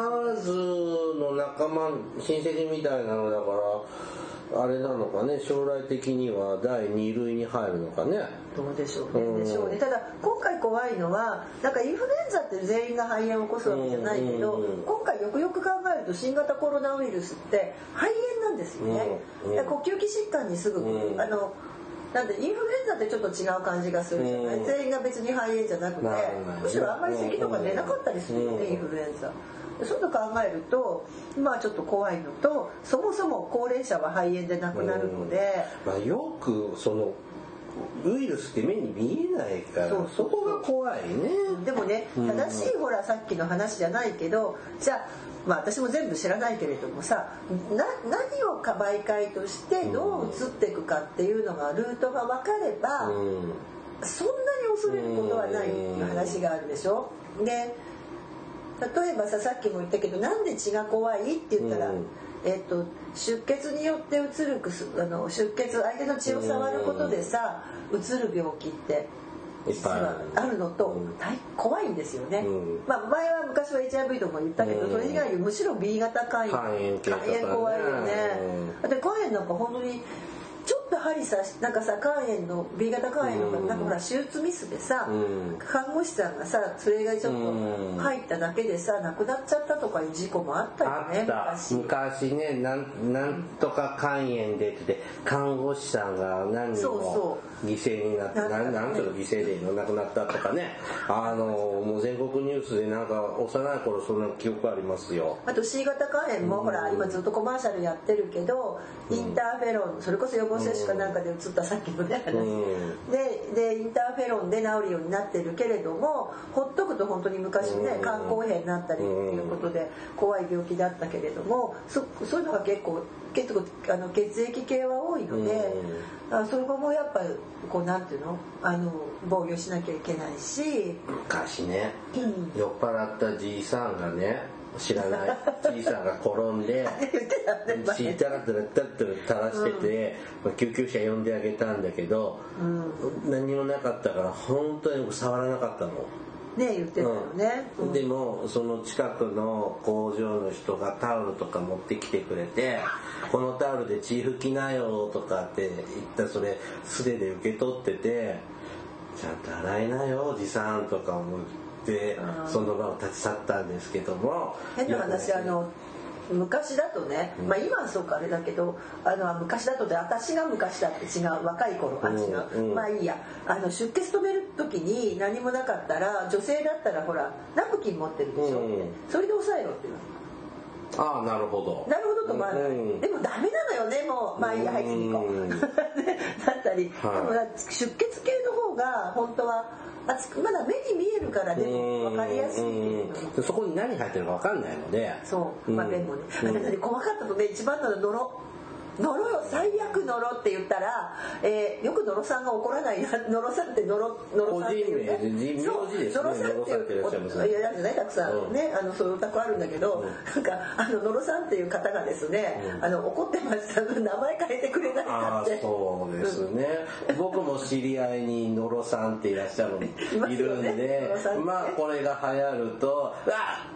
SARS の仲間親戚みたいなのだからあれなのかね、将来的には第2類に入るのかね。 どうでしょうね。ただ今回怖いのはなんかインフルエンザって全員が肺炎を起こすわけじゃないけど、今回よくよく考えると新型コロナウイルスって肺炎なんですよね。呼吸器疾患にすぐなんでインフルエンザってちょっと違う感じがするじゃない。全員が別に肺炎じゃなくて、むしろあんまり咳とか出なかったりするよね、インフルエンザ。そういうの考えるとまあちょっと怖いのと、そもそも高齢者は肺炎で亡くなるので、 よくそのウイルスって目に見えないから、そこが怖いね。 でもね、正しいほらさっきの話じゃないけど、じゃあ私も全部知らないけれどもさ、何を媒介としてどう移っていくかっていうのがルートが分かれば、そんなに恐れることはない話があるでしょ。で例えばさっきも言ったけど、なんで血が怖いって言ったら、出血によってうつる出血、相手の血を触ることでさうつる病気って実はあるのと、怖いんですよね。前は昔は HIV とも言ったけど、それ以外にむしろ B 型肝炎怖いよね。だって肝炎なんか本当にちょっと針刺しなんかさ、肝炎の B 型肝炎のなんかほら手術ミスでさ、看護師さんがさそれがちょっと入っただけでさ亡くなっちゃったとかいう事故もあったよね。 昔ね、なんとか肝炎でって看護師さんが何人も犠牲になって、何ちょっと犠牲で亡くなったとかね、もう全国ニュースでなんか幼い頃そんな記憶ありますよ。 あと C 型肝炎もほら今ずっとコマーシャルやってるけど、インターフェロン、それこそ予防接種かなんかで移ったさっきのね話、でインターフェロンで治るようになってるけれども、ほっとくと本当に昔ね肝硬変になったりっていうことで怖い病気だったけれども、そういうのが結構血液系は多いので、それもやっぱりこうなんていうの防御しなきゃいけないし。 昔ね、酔っ払ったじいさんがね、知らないじいさんが転んで血タラタラ垂らしてて、救急車呼んであげたんだけど、何もなかったから本当に触らなかったのね、言ってたよね。 でもその近くの工場の人がタオルとか持ってきてくれて、このタオルで血拭きなよとかって言ったら、それ素手で受け取ってて、ちゃんと洗いなよおじさんとか思ってその場を立ち去ったんですけども、 変な話、昔だとね、今はそうかあれだけど、昔だとで、私が昔だって違う、若い頃違う、まあいいや、出血止める時に何もなかったら、女性だったらほらナプキン持ってるでしょ、それで押さえろって言うの。 なるほどと思わない、でもダメなのよね、もうまあいいや、はい次行こうだったり、でも出血系の方が本当はまだ目に見えるからでも分かりやすい、 そこに何入ってるか分かんないので、 そうまあでもね、細かったとね、一番なのノロよ、最悪ノロって言ったら、よくノロさんが怒らないな、ノロさんってノロさんっていうね、ノロさんっていういやじゃない、たくさんね、そういうお宅あるんだけど、なんかノロさんっていう方がですね、怒ってました、名前変えてくれないかって。 そうですね、僕も知り合いにノロさんっていらっしゃるいるんで、まあこれが流行ると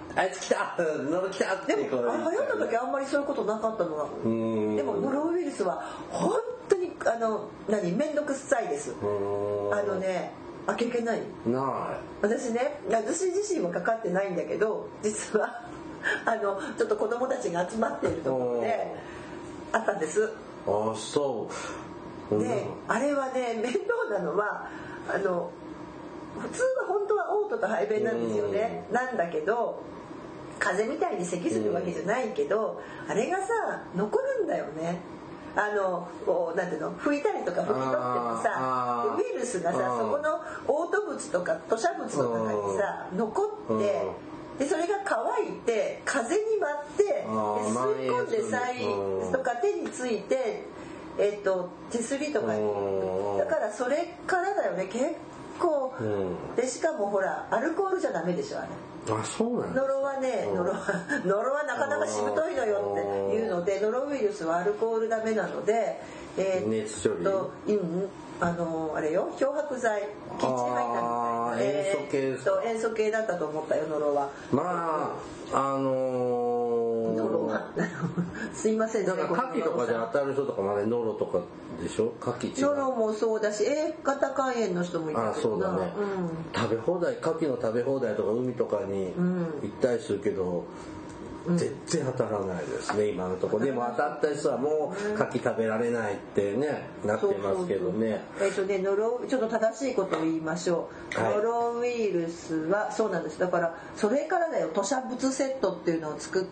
あいつ来たノロ来たってでも流行った時あんまりそういうことなかったのがでもノロウイルスは本当にめんどくさいです開けない私自身もかかってないんだけど実はちょっと子供たちが集まっているところであったんですあそうであれはね面倒なのは普通は本当は嘔吐と排便なんですよねなんだけど風邪みたいに咳するわけじゃないけどあれがさ残るんだよねなんていうの拭いたりとか拭き取ってもさウイルスがさそこの嘔吐物とか吐瀉物の中にさ残ってでそれが乾いて風に舞って吸い込んでとか手について手すりとかにだからそれからだよね結構でしかもほらアルコールじゃダメでしょあれあそうなんノロはねノロはなかなかしぶといのよっていうのでノロウイルスはアルコールダメなので熱処理あれよ漂白剤キッチン入ったみたいな塩素系だったと思ったよノロはまあノロはすいませんだから牡蠣とかで当たる人とかまでノロとかでしょ牡蠣ノロもそうだし A 型肝炎の人もいたけどそうだね、食べ放題牡蠣の食べ放題とか海とかに行ったりするけど、全然当たらないですね今のところでも当たった人はもう牡蠣食べられないってねなってますけどねちょっと正しいことを言いましょう、ノロウイルスはそうなんですだからそれからだよ吐瀉物セットっていうのを作って、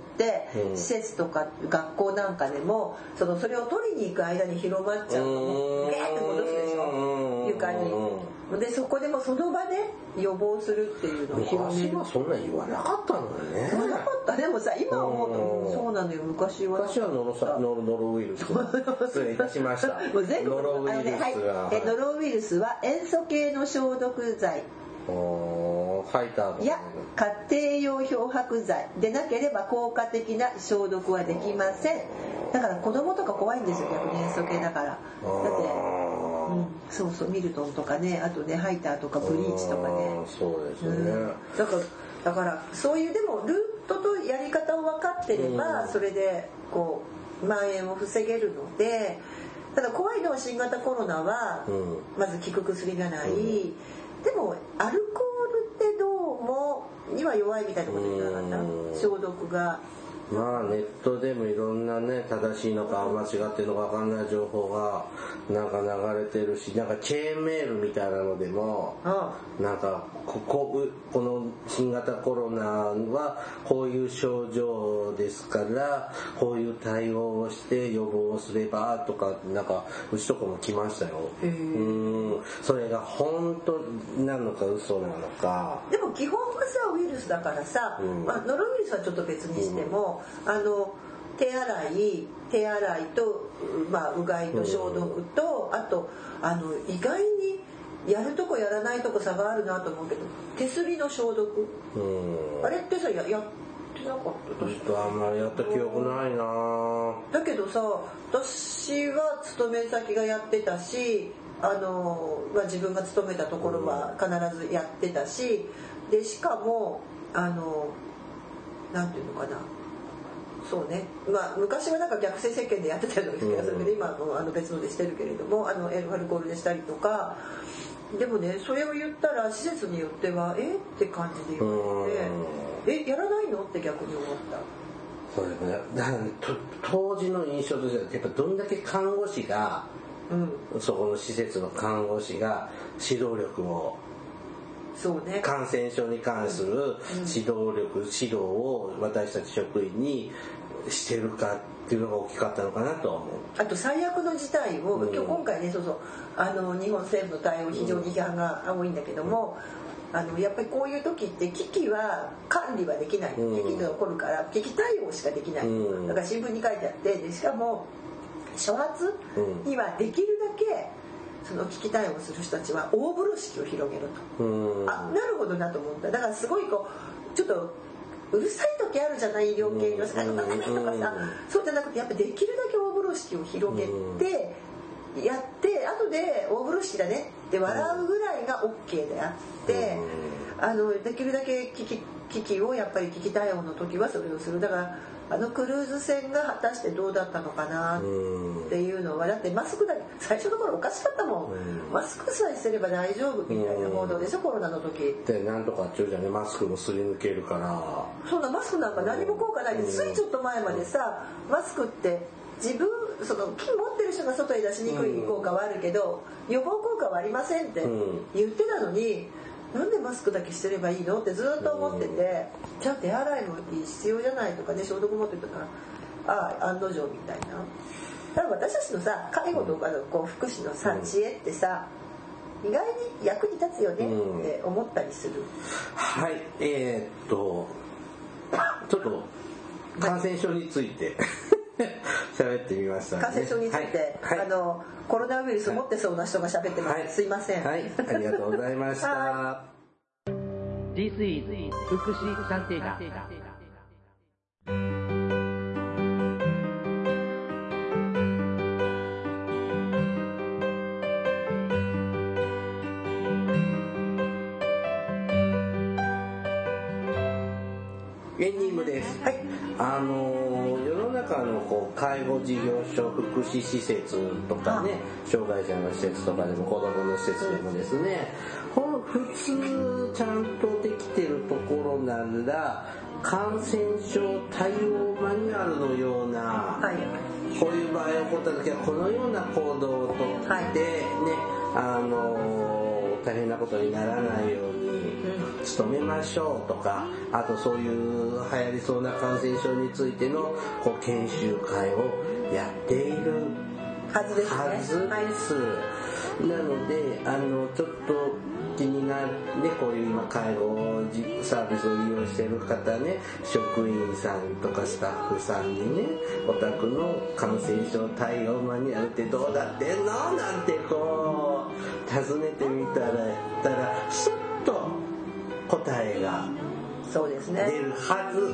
施設とか学校なんかでもそれを取りに行く間に広まっちゃうとゲーって戻すでしょ床にでそこでもその場で予防するっていうのを広める昔はそんな言わなかったのよね言わなかったでもさ今思うとそうなのよ昔はノロウイルス失礼いたしましたノロウイルスがノロウイルスは塩素系の消毒剤ファイターや家庭用漂白剤でなければ効果的な消毒はできませんだから子供とか怖いんですよ逆に塩素系だからだってそうミルトンとかねあとねハイターとかブリーチとかねそうですね、 だからそういうでもルートとやり方を分かってればそれでこう蔓延を防げるのでただ怖いのは新型コロナはまず効く薬がない、でもアルコールってどうもには弱いみたいなこと言ってなかった消毒がまあネットでもいろんなね正しいのか間違ってるのか分かんない情報がなんか流れてるしなんかチェーンメールみたいなのでもなんかこの新型コロナはこういう症状ですからこういう対応をして予防すればとかなんかうちとかも来ましたよそれが本当なのか嘘なのかでも基本はさウイルスだからさ、ノロウイルスはちょっと別にしても、手洗いと、うがいの消毒とあと意外にやるとこやらないとこ差があるなと思うけど手すりの消毒あれってさやってなかったあんまりやった記憶ないなだけどさ私は勤め先がやってたし自分が勤めたところは必ずやってたしでしかもなんていうのかなそうね昔はなんか逆性石鹸でやってたような気がするけど今は別のでしてるけれどもアルコールでしたりとかでもねそれを言ったら施設によってはって感じで言われてやらないのって逆に思ったそれね当時の印象としてはやっぱどんだけ看護師がそこの施設の看護師が指導力をそうね、 感染症に関する指導を私たち職員にしてるかっていうのが大きかったのかなと思う。 あと最悪の事態を、今回ね日本政府の対応非常に批判が多いんだけども、やっぱりこういう時って危機は管理はできない、危機が起こるから危機対応しかできない、だから新聞に書いてあってでしかも初発にはできるだけその危機対応する人たちは大風呂敷を広げるとなるほどなと思った。だからすごいちょっとうるさい時あるじゃない医療系のとかさそうじゃなくてやっぱできるだけ大風呂敷を広げてやって後で大風呂敷だねって笑うぐらいが OK であってできるだけ危機をやっぱり危機対応の時はそれをする。だからクルーズ船が果たしてどうだったのかなっていうのは、だってマスクだけ最初の頃おかしかったもん。マスクさえすれば大丈夫みたいな報道でしょ、コロナの時でなんとかっていうじゃね、マスクもすり抜けるから。 そんなマスクなんか何も効果ないで、ついちょっと前までさ、マスクって自分その菌持ってる人が外へ出しにくい効果はあるけど、予防効果はありませんって言ってたのに、なんでマスクだけしてればいいのってずっと思ってて、じゃあ手洗いも必要じゃないとかね、消毒持ってたから案の定みたいな。だから私たちのさ、介護とかの福祉のさ、知恵ってさ、意外に役に立つよねって思ったりする。 はい、ちょっと感染症について喋ってみましたね。 感染症について、はい、コロナウイルス持ってそうな人が喋ってます、はい、すいません。 はい、ありがとうございました。 This is 福祉探偵団。 エンディングです。はい。世の中の介護事業所、福祉施設とかね、障害者の施設とかでも子供の施設でもですね、普通ちゃんとできてるところなんだ、感染症対応マニュアルのような、はい、こういう場合起こった時はこのような行動をとって、はい、ね、大変なことにならないように努めましょうとか、あとそういう流行りそうな感染症についての研修会をやっているはずですね。 なのでちょっと気になるね、こういう今介護サービスを利用している方ね、職員さんとかスタッフさんにね、お宅の感染症対応マニュアルってどうなってんのなんて尋ねてみたらスッと答えが出るはず。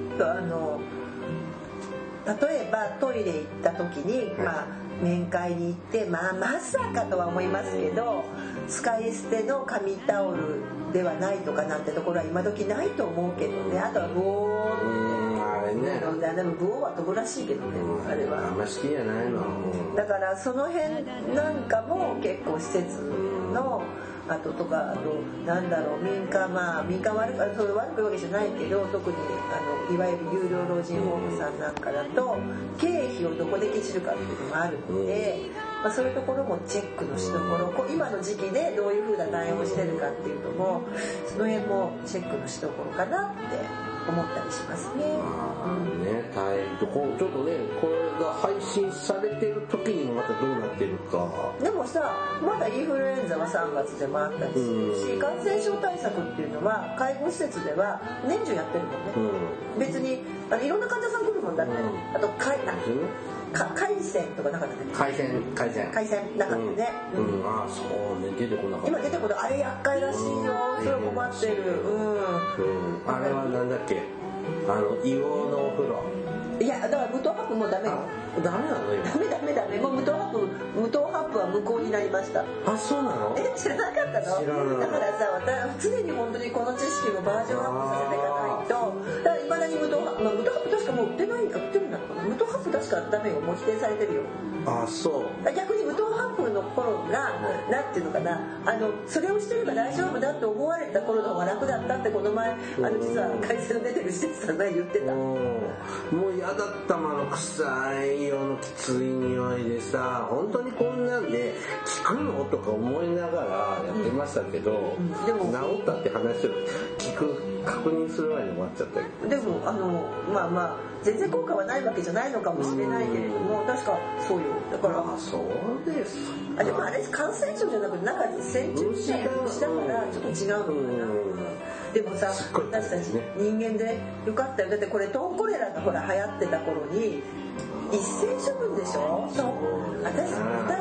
例えばトイレ行った時に、面会に行って、まさかとは思いますけど、使い捨ての紙タオルではないとかなんてところは今時ないと思うけどね。あとはブオーあれね、 でもブオーは飛ぶらしいけどね、あれはあんま好きじゃないの。 だからその辺なんかも結構施設のとか、なんだろう、民間悪く言うわけじゃないけど、特にいわゆる有料老人ホームさんなんかだと経費をどこでケチるかっていうのがあるので、そういうところもチェックのしどころ、今の時期でどういう風な対応をしてるかっていうのも、その辺もチェックのしどころかなって思ったりしますね。 ちょっとね、これが配信されてる時にもまたどうなってるか。 でもさ、まだインフルエンザは3月でもあったりするし、感染症対策っていうのは介護施設では年中やってるもんね。別にいろんな患者さん来るもんだって。あと海鮮とかなかったね。海鮮なかったね。 そうね、出てこなかった。 今出てこない。あれ厄介らしいよ。それ困ってる。 あれはなんだっけ、硫黄のお風呂。 いや、だから無糖ハップもうダメよ。 ダメなのよ。 ダメ。もう無糖ハップは無効になりました。 あ、そうなの？ 知らなかったの？ 知らない。 だからさ、常に本当にこの知識をバージョンアップさせていかないと。だから未だに無糖ハップ確かもう売ってるんだったかな。無糖ハップ確かダメよ。もう否定されてるよ。 あ、そう。 逆に無糖ハップの頃が、なんていうのかな、それをしてれば大丈夫だと思われた頃の方が楽だったってこの前実は会社の出てる施設さんが言ってた。もう嫌だったもの、臭いよのきつい匂いでさ、本当にこんなんで効くのとか思いながらやってましたけど、でも治ったって話を確認する前に終わっちゃったけど。 でも全然効果はないわけじゃないのかもしれないけれども、確かそうよ。だからそうです。 でもあれ感染症じゃなくてなんか線虫みたいな虫だからちょっと違うのかな。でもさ、私たち人間でよかったよ。だってこれトンコレラが流行ってた頃に1000処分でしょ。私豚だとか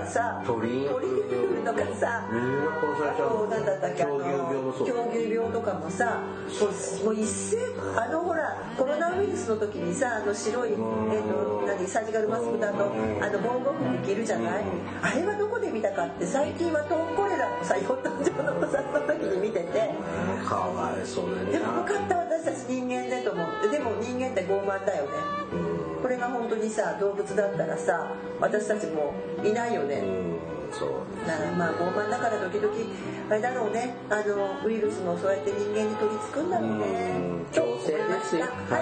さ鳥インフルとかさ、 みんな殺されちゃう。 何だったっけ、 狂牛病もそう。 狂牛病とかもさ、もう一斉、ほらコロナウイルスの時にさ、白いサージカルマスクだと防護服着るじゃない、あれはどこで見たかって、最近はトンコレラのさ、ヨット上のお札の時に見てて、 かわいそうだね。 でもよかった、私たち人間でと思って。でも人間って傲慢だよね。これが本当にさ、動物だったらさ、私たちもいないよね。 そうだからまあ傲慢だから時々あれだろうね、ウイルスもそうやって人間に取り付くんだろうね。 調整ですよ。はい、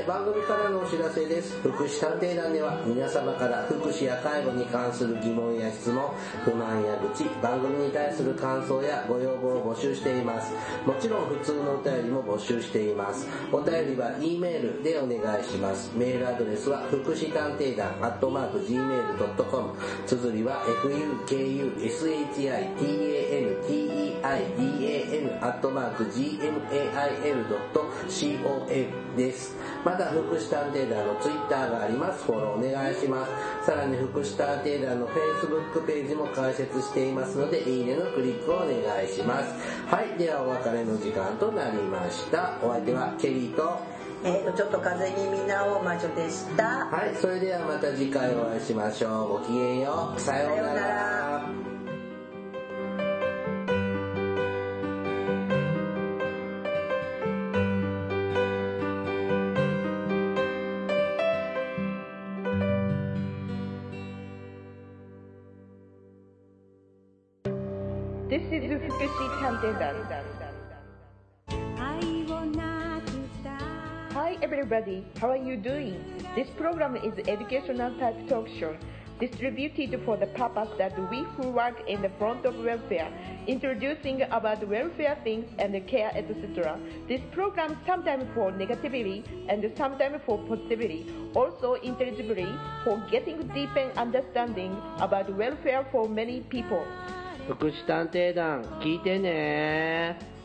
番組からのお知らせです。福祉探偵団では皆様から福祉や介護に関する疑問や質問、不満や愚痴、番組に対する感想やご要望を募集しています。もちろん普通のお便りも募集しています。お便りは E メールでお願いします。メールアドレスは福祉探偵団@gmail.com、 綴りはfukushitanteidan@gmail.com です。また福祉探偵団のツイッターがあります。フォローお願いします。さらに福祉探偵団の Facebook ページも開設していますので、いいねのクリックをお願いします。はい、ではお別れの時間となりました。お相手はケリーとちょっと風邪気味な大魔女でした。 はい、それではまた次回お会いしましょう。ごきげんよう。さようなら。 This is 福祉探偵団。Hi everybody, how are you doing? This program is educational type talk show distributed for the purpose that we who work in the front of welfare, introducing about welfare things and care, etc. This program sometimes for negativity and sometimes for positivity, also intelligibly for getting deeper understanding about welfare for many people. 福祉探偵団聞いてね。